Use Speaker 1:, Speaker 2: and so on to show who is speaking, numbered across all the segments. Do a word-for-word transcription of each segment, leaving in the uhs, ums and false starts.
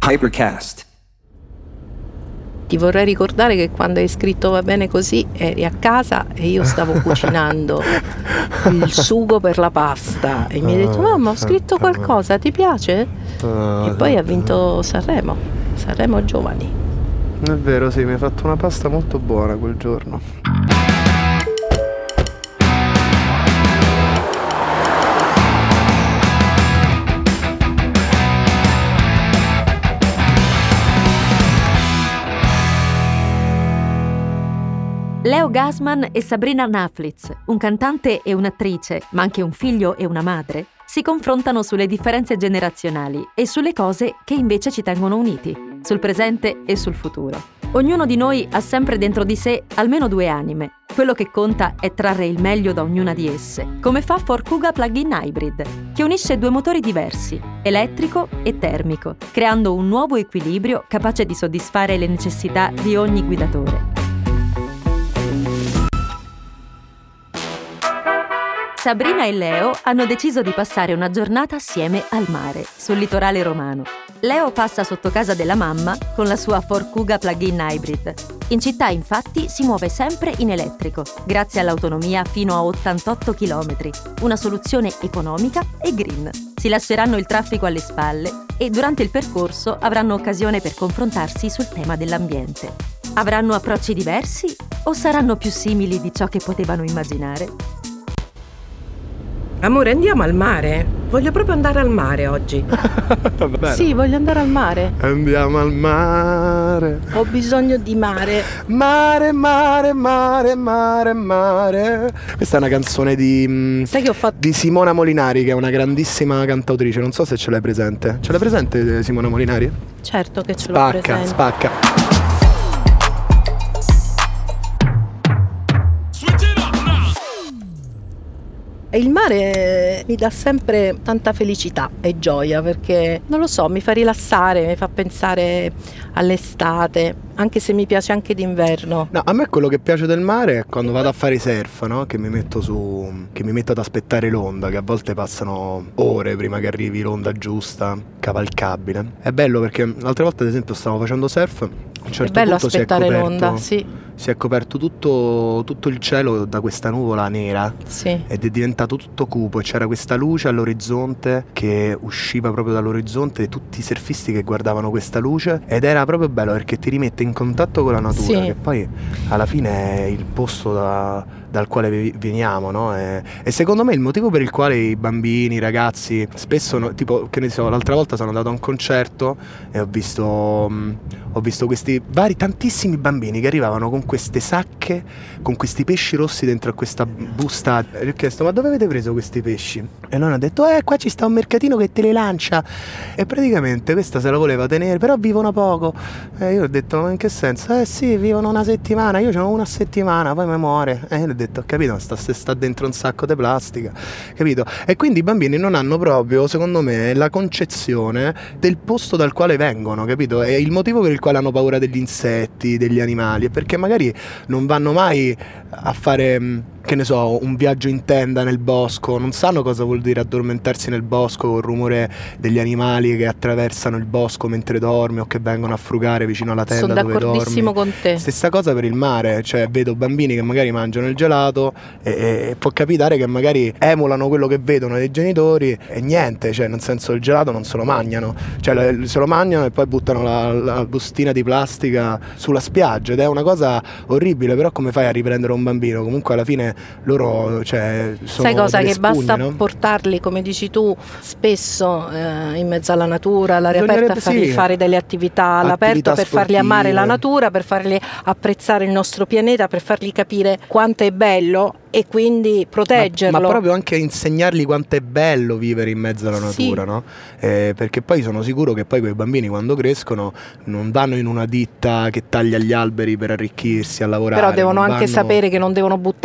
Speaker 1: Hypercast.
Speaker 2: Ti vorrei ricordare che quando hai scritto va bene così eri a casa e io stavo cucinando il sugo per la pasta e mi hai detto mamma ho scritto qualcosa, ti piace? E poi ha vinto Sanremo, Sanremo Giovani.
Speaker 3: È vero, sì, mi hai fatto una pasta molto buona quel giorno.
Speaker 4: Leo Gassman e Sabrina Naflitz, un cantante e un'attrice, ma anche un figlio e una madre, si confrontano sulle differenze generazionali e sulle cose che invece ci tengono uniti, sul presente e sul futuro. Ognuno di noi ha sempre dentro di sé almeno due anime. Quello che conta è trarre il meglio da ognuna di esse, come fa Ford Kuga Plug-in Hybrid, che unisce due motori diversi, elettrico e termico, creando un nuovo equilibrio capace di soddisfare le necessità di ogni guidatore. Sabrina e Leo hanno deciso di passare una giornata assieme al mare, sul litorale romano. Leo passa sotto casa della mamma con la sua Ford Kuga Plug-in Hybrid. In città, infatti, si muove sempre in elettrico, grazie all'autonomia fino a ottantotto chilometri, una soluzione economica e green. Si lasceranno il traffico alle spalle e durante il percorso avranno occasione per confrontarsi sul tema dell'ambiente. Avranno approcci diversi o saranno più simili di ciò che potevano immaginare?
Speaker 5: Amore, andiamo al mare? Voglio proprio andare al mare oggi.
Speaker 2: Sì, voglio andare al mare.
Speaker 3: Andiamo al mare.
Speaker 2: Ho bisogno di mare.
Speaker 3: Mare, mare, mare, mare, mare. Questa è una canzone di,
Speaker 2: Sai che ho fatto?
Speaker 3: di Simona Molinari, che è una grandissima cantautrice. Non so se ce l'hai presente. Ce l'hai presente Simona Molinari?
Speaker 2: Certo che ce l'ho
Speaker 3: Spacca,
Speaker 2: presente.
Speaker 3: spacca.
Speaker 2: Il mare mi dà sempre tanta felicità e gioia perché, non lo so, mi fa rilassare, mi fa pensare all'estate, anche se mi piace anche d'inverno.
Speaker 3: No, a me quello che piace del mare è quando vado a fare surf, no? Che mi metto su, che mi metto ad aspettare l'onda, che a volte passano ore prima che arrivi l'onda giusta, cavalcabile. È bello perché l'altra volta, ad esempio, stavo facendo surf. A un certo
Speaker 2: è bello
Speaker 3: punto
Speaker 2: aspettare
Speaker 3: si è coperto,
Speaker 2: l'onda, sì.
Speaker 3: Si è coperto tutto, tutto il cielo da questa nuvola nera,
Speaker 2: sì.
Speaker 3: Ed è diventato tutto cupo e c'era questa luce all'orizzonte che usciva proprio dall'orizzonte e tutti i surfisti che guardavano questa luce, ed era proprio bello perché ti rimette in contatto con la natura,
Speaker 2: sì.
Speaker 3: Che poi alla fine è il posto da, dal quale veniamo, no? E, e secondo me il motivo per il quale i bambini, i ragazzi spesso, no, tipo, che ne so, l'altra volta sono andato a un concerto e ho visto, mh, ho visto questi vari, tantissimi bambini che arrivavano con queste sacche, con questi pesci rossi dentro a questa busta. E gli ho chiesto, ma dove avete preso questi pesci? E loro hanno detto, eh, qua ci sta un mercatino che te le lancia. E praticamente questa se la voleva tenere, però vivono poco. E io ho detto, ma in che senso? Eh sì, vivono una settimana, io ce n'ho una settimana, poi mi muore. E io ho detto, ho capito, sta, sta dentro un sacco di plastica, capito? E quindi i bambini non hanno proprio, secondo me, la concezione del posto dal quale vengono, capito? E il motivo per il quale hanno paura degli insetti, degli animali, è perché magari non vanno mai a fare, che ne so, un viaggio in tenda nel bosco, non sanno cosa vuol dire addormentarsi nel bosco col rumore degli animali che attraversano il bosco mentre dormi o che vengono a frugare vicino alla tenda dove dormi.
Speaker 2: Sono d'accordissimo con te.
Speaker 3: Stessa cosa per il mare, cioè vedo bambini che magari mangiano il gelato e, e può capitare che magari emulano quello che vedono dei genitori e niente, cioè nel senso il gelato non se lo mangiano, cioè se lo mangiano e poi buttano la, la bustina di plastica sulla spiaggia ed è una cosa orribile, però come fai a riprendere un bambino? Comunque alla fine loro, cioè, sono
Speaker 2: sai cosa, che
Speaker 3: spugne,
Speaker 2: basta,
Speaker 3: no?
Speaker 2: Portarli, come dici tu, spesso eh, in mezzo alla natura, all'aria aperta, a fargli
Speaker 3: sì.
Speaker 2: fare delle attività all'aperto,
Speaker 3: Attività
Speaker 2: per
Speaker 3: sportive.
Speaker 2: farli amare la natura, per farli apprezzare il nostro pianeta, per fargli capire quanto è bello e quindi proteggerlo.
Speaker 3: Ma, ma proprio anche insegnargli quanto è bello vivere in mezzo alla natura,
Speaker 2: sì.
Speaker 3: no? Eh, perché poi sono sicuro che poi quei bambini quando crescono non vanno in una ditta che taglia gli alberi per arricchirsi a lavorare.
Speaker 2: Però devono anche
Speaker 3: vanno...
Speaker 2: sapere che non devono buttare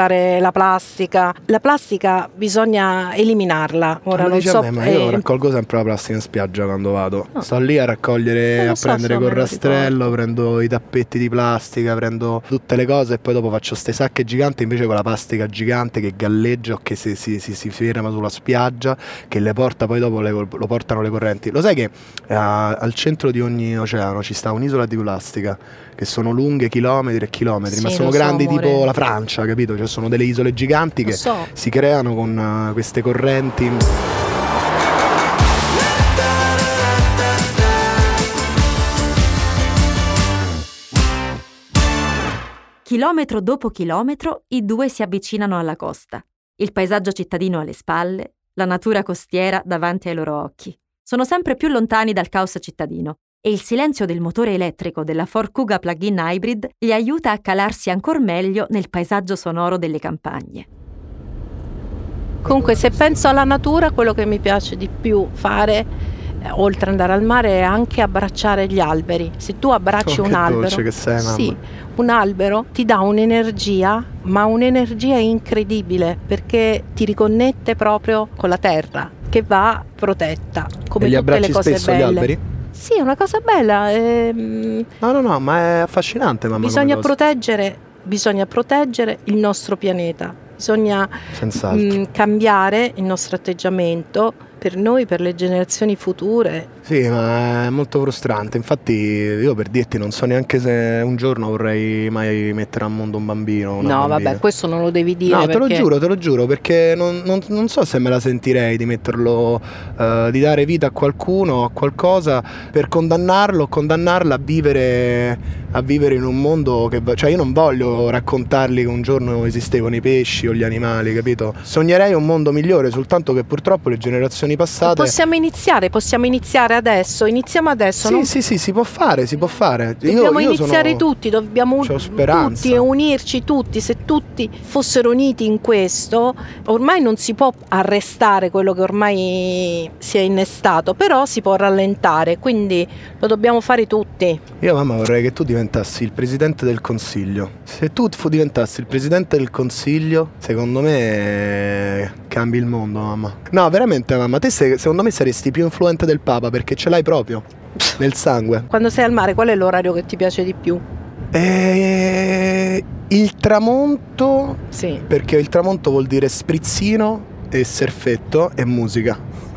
Speaker 2: la plastica. La plastica bisogna eliminarla. Ora
Speaker 3: Lo
Speaker 2: non
Speaker 3: dice
Speaker 2: so,
Speaker 3: a me, ma io
Speaker 2: eh,
Speaker 3: raccolgo sempre la plastica in spiaggia quando vado.
Speaker 2: No.
Speaker 3: Sto lì a raccogliere,
Speaker 2: Eh, lo
Speaker 3: a
Speaker 2: so,
Speaker 3: prendere
Speaker 2: so,
Speaker 3: col
Speaker 2: me lo
Speaker 3: rastrello,
Speaker 2: ricordo.
Speaker 3: prendo i tappeti di plastica, prendo tutte le cose e poi dopo faccio ste sacche giganti invece con la plastica gigante che galleggia o che si, si, si, si ferma sulla spiaggia, che le porta poi dopo le, lo portano le correnti. Lo sai che eh, al centro di ogni oceano ci sta un'isola di plastica che sono lunghe chilometri e chilometri,
Speaker 2: Sì,
Speaker 3: ma sono
Speaker 2: lo so,
Speaker 3: grandi
Speaker 2: amore.
Speaker 3: tipo la Francia, capito? Cioè sono delle isole giganti
Speaker 2: Lo
Speaker 3: che
Speaker 2: so.
Speaker 3: si creano con uh, queste correnti.
Speaker 4: Chilometro dopo chilometro i due si avvicinano alla costa. Il paesaggio cittadino alle spalle, la natura costiera davanti ai loro occhi. Sono sempre più lontani dal caos cittadino e il silenzio del motore elettrico della Ford Kuga plug-in hybrid li aiuta a calarsi ancor meglio nel paesaggio sonoro delle campagne.
Speaker 2: Comunque, se penso alla natura, quello che mi piace di più fare, eh, oltre ad andare al mare, è anche abbracciare gli alberi. Se tu abbracci
Speaker 3: Oh,
Speaker 2: un
Speaker 3: che
Speaker 2: albero,
Speaker 3: dolce che sei, mamma.
Speaker 2: sì, un albero ti dà un'energia, ma un'energia incredibile, perché ti riconnette proprio con la terra, che va protetta, come
Speaker 3: E li
Speaker 2: tutte le
Speaker 3: abbracci
Speaker 2: cose
Speaker 3: spesso
Speaker 2: belle.
Speaker 3: gli alberi?
Speaker 2: Sì, è una cosa bella. ehm,
Speaker 3: No, no, no, ma è affascinante, mamma.
Speaker 2: bisogna
Speaker 3: come cosa.
Speaker 2: proteggere, bisogna proteggere il nostro pianeta. Bisogna
Speaker 3: Senz'altro.
Speaker 2: mh, cambiare il nostro atteggiamento per noi, per le generazioni future.
Speaker 3: Sì, ma è molto frustrante. Infatti, io per dirti, non so neanche se un giorno vorrei mai mettere al mondo un bambino. Una
Speaker 2: No,
Speaker 3: bambina.
Speaker 2: vabbè, questo non lo devi dire.
Speaker 3: No, te lo
Speaker 2: perché-
Speaker 3: giuro, te lo giuro, perché non, non- non so se me la sentirei di metterlo, eh, di dare vita a qualcuno, a qualcosa, per condannarlo o condannarla a vivere, a vivere in un mondo che... va- Cioè io non voglio raccontargli che un giorno esistevano i pesci o gli animali, capito? Sognerei un mondo migliore, soltanto che purtroppo le generazioni passate...
Speaker 2: Possiamo iniziare, possiamo iniziare adesso, iniziamo adesso.
Speaker 3: Sì,
Speaker 2: non-
Speaker 3: sì, sì, si può fare, si può fare. Io-
Speaker 2: Dobbiamo
Speaker 3: io
Speaker 2: iniziare
Speaker 3: sono-
Speaker 2: tutti, dobbiamo un-
Speaker 3: c'ho speranza.
Speaker 2: tutti unirci tutti. Se tutti fossero uniti in questo, ormai non si può arrestare quello che ormai si è innestato, però si può rallentare, quindi lo dobbiamo fare tutti.
Speaker 3: Io mamma vorrei che tu diventassi il presidente del consiglio. Se tu fu- diventassi il presidente del consiglio, secondo me eh, cambi il mondo, mamma. No, veramente mamma, te sei- secondo me saresti più influente del Papa perché ce l'hai proprio nel sangue.
Speaker 2: Quando sei al mare, qual è l'orario che ti piace di più?
Speaker 3: E... il tramonto,
Speaker 2: Sì.
Speaker 3: perché il tramonto vuol dire sprizzino e surfetto e musica.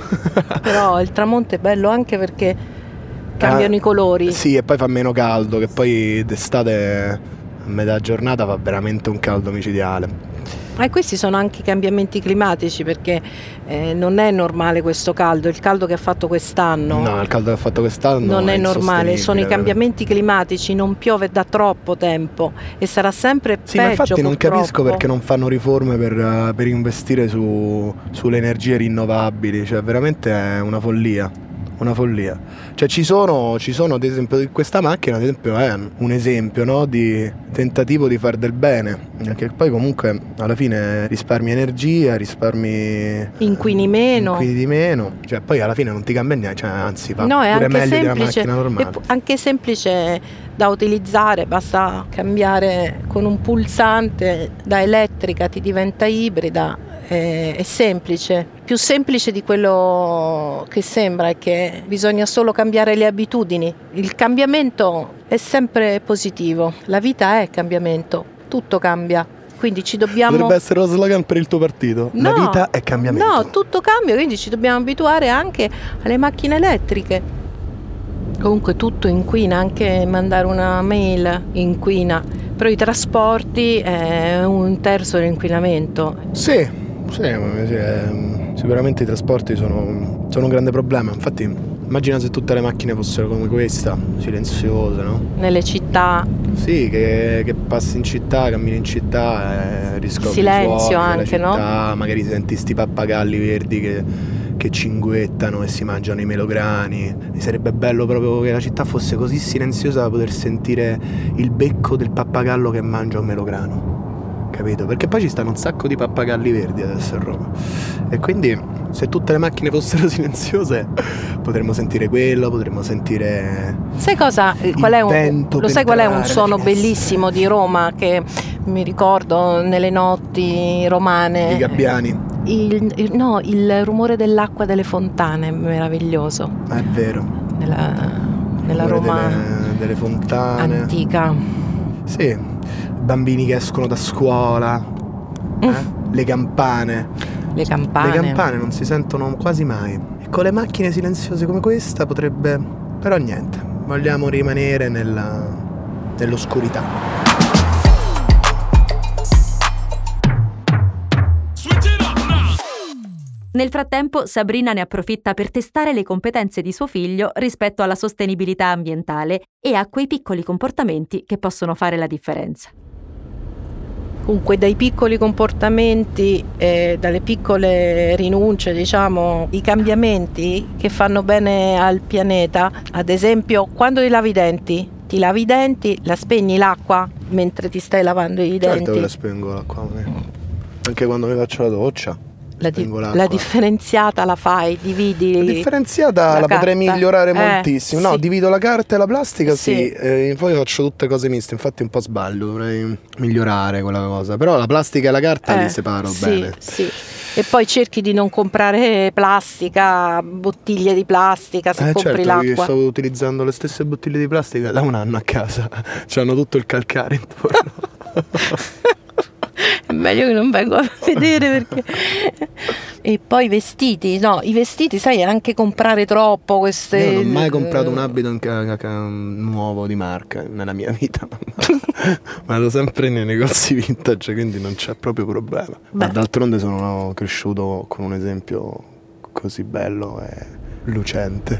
Speaker 2: Però il tramonto è bello anche perché cambiano
Speaker 3: Ah,
Speaker 2: i colori.
Speaker 3: Sì, e poi fa meno caldo, che poi d'estate a metà giornata fa veramente un caldo micidiale.
Speaker 2: E questi sono anche i cambiamenti climatici, perché eh, non è normale questo caldo, il caldo che ha fatto quest'anno.
Speaker 3: No, il caldo che ha fatto quest'anno
Speaker 2: Non è normale,
Speaker 3: insostenibile,
Speaker 2: sono i
Speaker 3: veramente.
Speaker 2: cambiamenti climatici, non piove da troppo tempo e sarà sempre
Speaker 3: Sì, ma
Speaker 2: peggio.
Speaker 3: infatti non
Speaker 2: purtroppo.
Speaker 3: capisco perché non fanno riforme per, eh, per investire su, sulle energie rinnovabili, cioè veramente è una follia, una follia. Cioè ci sono, ci sono ad esempio questa macchina, ad esempio è un esempio, no, di tentativo di far del bene, che poi comunque alla fine risparmi energia, risparmi
Speaker 2: Inquini meno.
Speaker 3: inquini di meno, cioè poi alla fine non ti cambia niente, cioè, anzi fa
Speaker 2: No, è
Speaker 3: pure
Speaker 2: anche
Speaker 3: meglio di una
Speaker 2: semplice,
Speaker 3: macchina
Speaker 2: è
Speaker 3: normale.
Speaker 2: pu- anche semplice da utilizzare, basta cambiare con un pulsante, da elettrica ti diventa ibrida, è, è semplice, più semplice di quello che sembra, è che bisogna solo cambiare le abitudini. Il cambiamento è sempre positivo, la vita è cambiamento, tutto cambia, quindi ci dobbiamo...
Speaker 3: Dovrebbe essere lo slogan per il tuo partito. La
Speaker 2: No,
Speaker 3: vita è cambiamento.
Speaker 2: No, tutto cambia, quindi ci dobbiamo abituare anche alle macchine elettriche. Comunque tutto inquina, anche mandare una mail inquina, però i trasporti è un terzo dell'inquinamento.
Speaker 3: Sì, sì, ma- sì, ehm, sicuramente i trasporti sono, sono un grande problema. Infatti, immagina se tutte le macchine fossero come questa, silenziose, no?
Speaker 2: Nelle città,
Speaker 3: Sì, che, che passi in città, cammini in città, eh, riscopri
Speaker 2: Silenzio
Speaker 3: i suoni della
Speaker 2: anche, no?
Speaker 3: città, magari senti sti pappagalli verdi che, che cinguettano e si mangiano i melograni. Mi sarebbe bello proprio che la città fosse così silenziosa da poter sentire il becco del pappagallo che mangia un melograno. Capito? Perché poi ci stanno un sacco di pappagalli verdi adesso a Roma. E quindi se tutte le macchine fossero silenziose potremmo sentire quello, potremmo sentire...
Speaker 2: sai cosa?
Speaker 3: Il
Speaker 2: Qual è un,
Speaker 3: vento
Speaker 2: lo sai qual è un
Speaker 3: penetrare le
Speaker 2: suono
Speaker 3: finestre.
Speaker 2: bellissimo di Roma che mi ricordo nelle notti romane.
Speaker 3: I gabbiani.
Speaker 2: Il, il, no, il rumore dell'acqua delle fontane, meraviglioso.
Speaker 3: È vero.
Speaker 2: Nella, nella Roma
Speaker 3: delle, delle fontane.
Speaker 2: Antica.
Speaker 3: Sì, bambini che escono da scuola, eh?
Speaker 2: Mm.
Speaker 3: Le campane.
Speaker 2: Le campane.
Speaker 3: Le campane non si sentono quasi mai. E con le macchine silenziose come questa potrebbe... Però niente, vogliamo rimanere nella, nell'oscurità.
Speaker 4: Nel frattempo, Sabrina ne approfitta per testare le competenze di suo figlio rispetto alla sostenibilità ambientale e a quei piccoli comportamenti che possono fare la differenza.
Speaker 2: Comunque dai piccoli comportamenti, eh, dalle piccole rinunce, diciamo, i cambiamenti che fanno bene al pianeta. Ad esempio, quando ti lavi i denti, ti lavi i denti, la spegni l'acqua mentre ti stai lavando i denti.
Speaker 3: Certo che la spengo l'acqua, anche quando mi faccio la doccia.
Speaker 2: La, di- la differenziata la fai, dividi
Speaker 3: la differenziata la, la potrei migliorare eh, moltissimo. No, sì. Divido la carta e la plastica, sì, sì. Eh, poi faccio tutte cose miste, infatti un po' sbaglio, dovrei migliorare quella cosa. Però la plastica e la carta eh, li separo
Speaker 2: sì,
Speaker 3: bene.
Speaker 2: Sì. E poi cerchi di non comprare plastica, bottiglie di plastica se
Speaker 3: eh,
Speaker 2: compri
Speaker 3: certo,
Speaker 2: l'acqua.
Speaker 3: Sto utilizzando le stesse bottiglie di plastica da un anno a casa, c'hanno tutto il calcare intorno.
Speaker 2: È meglio che non vengo a vedere perché... E poi i vestiti, no, i vestiti, sai, anche comprare troppo queste...
Speaker 3: Io non ho mai comprato un abito in ca- ca- nuovo di marca nella mia vita. Vado sempre nei negozi vintage, quindi non c'è proprio problema. Ma d'altronde sono cresciuto con un esempio così bello e lucente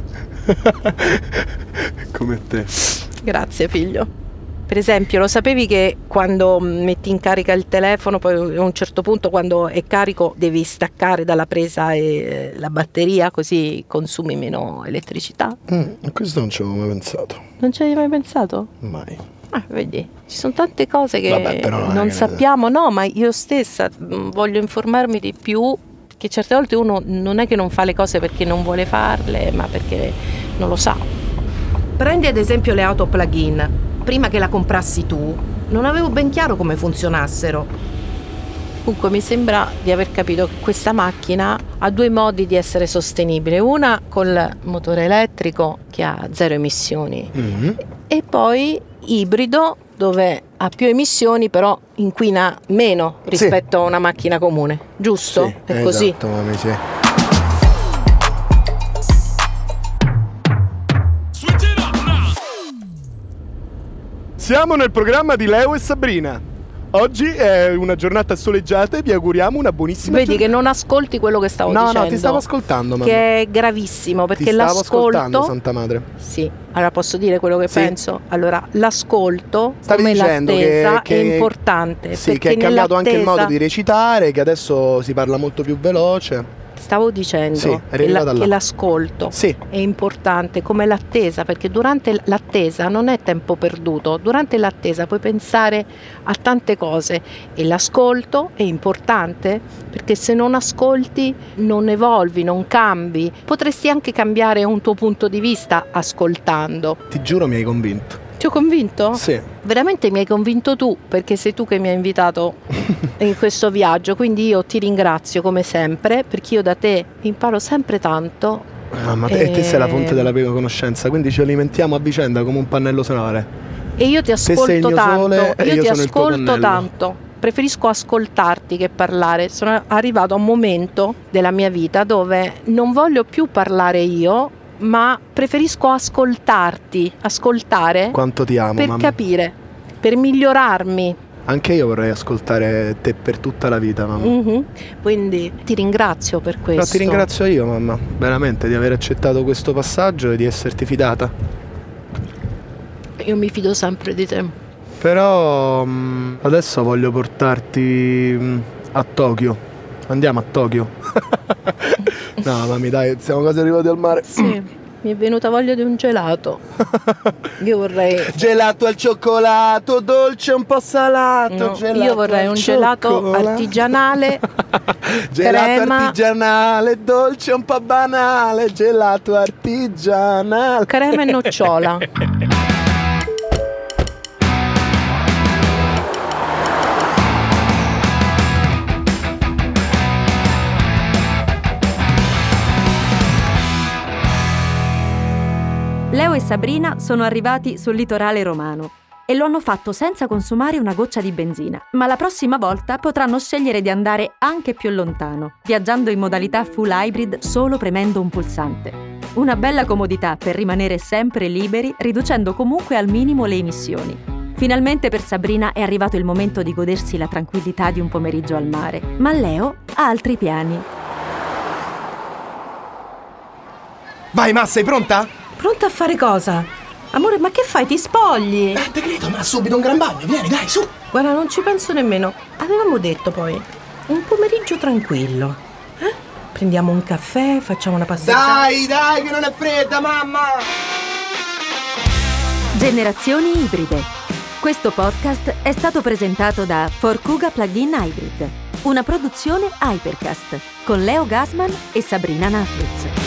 Speaker 3: come te.
Speaker 2: Grazie figlio. Per esempio, lo sapevi che quando metti in carica il telefono, poi a un certo punto quando è carico devi staccare dalla presa e la batteria, così consumi meno elettricità?
Speaker 3: Mm, questo non ci avevo mai pensato.
Speaker 2: Non ci avevi mai pensato?
Speaker 3: Mai.
Speaker 2: Ah, vedi, ci sono tante cose che
Speaker 3: Vabbè, però non,
Speaker 2: non sappiamo, no, ma io stessa voglio informarmi di più, che certe volte uno non è che non fa le cose perché non vuole farle, ma perché non lo sa. Prendi ad esempio le auto plug-in. Prima che la comprassi tu, non avevo ben chiaro come funzionassero. Comunque mi sembra di aver capito che questa macchina ha due modi di essere sostenibile. Una col motore elettrico che ha zero emissioni mm-hmm. e poi ibrido dove ha più emissioni però inquina meno rispetto sì. a una macchina comune. Giusto?
Speaker 3: Sì,
Speaker 2: è
Speaker 3: esatto,
Speaker 2: così?
Speaker 3: Mami, sì. Siamo nel programma di Leo e Sabrina. Oggi è una giornata soleggiata e vi auguriamo una buonissima
Speaker 2: Vedi
Speaker 3: giornata.
Speaker 2: che non ascolti quello che stavo
Speaker 3: no,
Speaker 2: dicendo.
Speaker 3: No, no, ti stavo ascoltando, mamma.
Speaker 2: Che è gravissimo perché
Speaker 3: ti stavo
Speaker 2: l'ascolto...
Speaker 3: ascoltando, Santa Madre.
Speaker 2: Sì, allora posso dire quello che
Speaker 3: sì.
Speaker 2: penso? Allora, l'ascolto
Speaker 3: Stavi
Speaker 2: come
Speaker 3: dicendo
Speaker 2: l'attesa
Speaker 3: che, che,
Speaker 2: è importante.
Speaker 3: Sì, che è cambiato anche il modo di recitare, che adesso si parla molto più veloce.
Speaker 2: Stavo dicendo
Speaker 3: sì,
Speaker 2: che, la, che l'ascolto
Speaker 3: sì.
Speaker 2: è importante come l'attesa, perché durante l'attesa non è tempo perduto, durante l'attesa puoi pensare a tante cose e l'ascolto è importante perché se non ascolti non evolvi, non cambi, potresti anche cambiare un tuo punto di vista ascoltando.
Speaker 3: Ti giuro mi hai convinto.
Speaker 2: Ti ho convinto?
Speaker 3: Sì.
Speaker 2: Veramente mi hai convinto tu, perché sei tu che mi hai invitato in questo viaggio, quindi io ti ringrazio come sempre, perché io da te imparo sempre tanto.
Speaker 3: Mamma, te, e te sei la fonte della mia conoscenza, quindi ci alimentiamo a vicenda come un pannello solare.
Speaker 2: E io ti ascolto tanto, io,
Speaker 3: io
Speaker 2: ti
Speaker 3: sono
Speaker 2: ascolto tanto. Preferisco ascoltarti che parlare. Sono arrivato a un momento della mia vita dove non voglio più parlare io, ma preferisco ascoltarti, ascoltare.
Speaker 3: Quanto ti amo,
Speaker 2: per
Speaker 3: mamma.
Speaker 2: capire, per migliorarmi.
Speaker 3: Anche io vorrei ascoltare te per tutta la vita, mamma.
Speaker 2: Mm-hmm. Quindi ti ringrazio per questo.
Speaker 3: No, ti ringrazio io, mamma, veramente, di aver accettato questo passaggio e di esserti fidata.
Speaker 2: Io mi fido sempre di te.
Speaker 3: Però mh, adesso voglio portarti mh, a Tokyo. Andiamo a Tokyo. No, mamma, dai, siamo quasi arrivati al mare.
Speaker 2: Sì, mi è venuta voglia di un gelato. Io vorrei...
Speaker 3: Gelato al cioccolato, dolce un po' salato.
Speaker 2: No,
Speaker 3: gelato
Speaker 2: io vorrei un gelato
Speaker 3: cioccolato.
Speaker 2: artigianale.
Speaker 3: Gelato
Speaker 2: crema,
Speaker 3: artigianale, dolce un po' banale. Gelato artigianale.
Speaker 2: Crema e nocciola.
Speaker 4: Leo e Sabrina sono arrivati sul litorale romano e lo hanno fatto senza consumare una goccia di benzina, ma la prossima volta potranno scegliere di andare anche più lontano, viaggiando in modalità full hybrid solo premendo un pulsante. Una bella comodità per rimanere sempre liberi, riducendo comunque al minimo le emissioni. Finalmente per Sabrina è arrivato il momento di godersi la tranquillità di un pomeriggio al mare, ma Leo ha altri piani.
Speaker 3: Vai, Ma, sei pronta?
Speaker 5: Pronta a fare cosa? Amore, ma che fai? Ti spogli?
Speaker 3: Eh, te credo, ma subito un gran bagno, vieni, dai, su!
Speaker 5: Guarda, non ci penso nemmeno. Avevamo detto poi, un pomeriggio tranquillo. Eh? Prendiamo un caffè, facciamo una passeggiata.
Speaker 3: Dai, dai, che non è fredda, mamma!
Speaker 4: Generazioni ibride. Questo podcast è stato presentato da Forcuga Plug-in Hybrid, una produzione Hypercast, con Leo Gassman e Sabrina Naflitz.